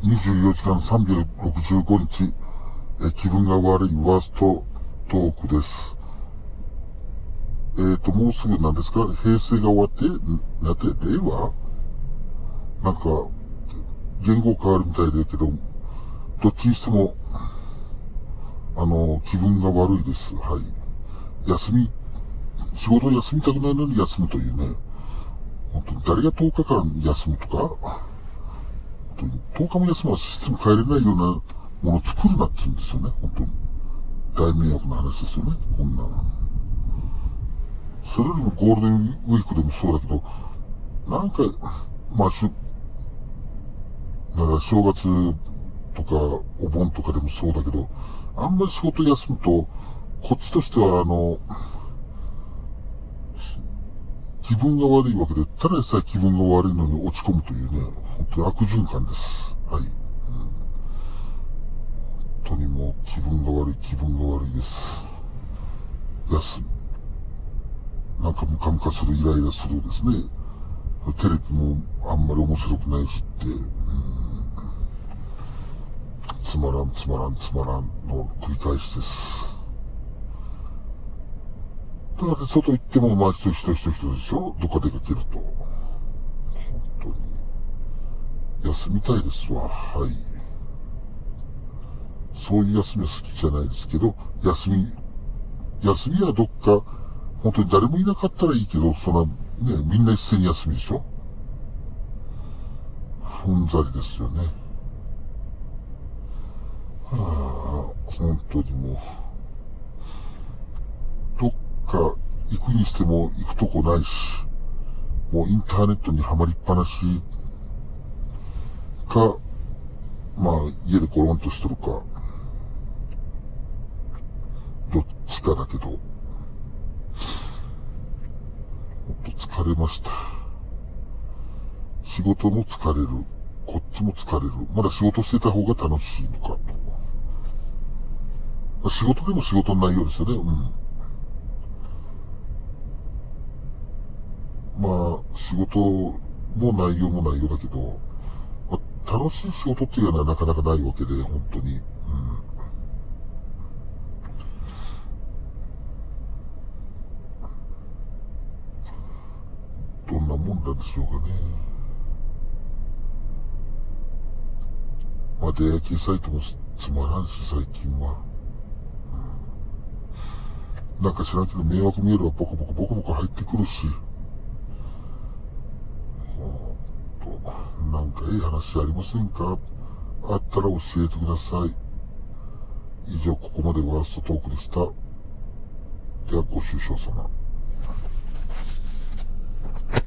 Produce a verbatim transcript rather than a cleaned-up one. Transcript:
にじゅうよじかんさんびゃくろくじゅうごにち、え気分が悪いワーストトークです。えーと、もうすぐなんですか、平成が終わって、なって、令和なんか、言語変わるみたいだけど、どっちにしても、あの、気分が悪いです。はい。休み、仕事休みたくないのに休むというね。本当に誰がとおかかん休むとか、本当にとおかも休むはシステム変えれないようなものを作るなって言うんですよね。本当に。大迷惑な話ですよね。こんなの。それよりもゴールデンウィークでもそうだけど、なんか、まあ、しゅ、だから正月とかお盆とかでもそうだけど、あんまり仕事休むと、こっちとしてはあの、気分が悪いわけで、ただでさえ気分が悪いのに落ち込むというね、本当に悪循環です。はい。うん、本当にもう気分が悪い、気分が悪いです。休む。なんかムカムカする、イライラするですね。テレビもあんまり面白くないしって、うん、つまらん、つまらん、つまらんの繰り返しです。だから外行ってもまあ人人人人でしょ、どっか出かけると。本当に。休みたいですわ。はい。そういう休みは好きじゃないですけど、休み、休みはどっか、本当に誰もいなかったらいいけど、そんな、ね、みんな一斉に休みでしょ。うんざりですよね。はあ、本当にもう、どっか行くにしても行くとこないし、もうインターネットにはまりっぱなしか、まあ家でコロンとしてるか、どっちかだけど、ほんと疲れました。仕事も疲れる。こっちも疲れる。まだ仕事してた方が楽しいのかと。仕事でも仕事の内容ですよね。うん。まあ、仕事も内容も内容だけど、まあ、楽しい仕事っていうのはなかなかないわけで、本当に。うん。どんなもんなんでしょうかね。まあ、出会い系サイトもつまらんし、最近は。うん、なんか知らんけど迷惑メールはボコボコボコボコ入ってくるし。なんかいい話ありませんか？あったら教えてください。以上、ここまでワーストトークでした。では、ご愁傷様。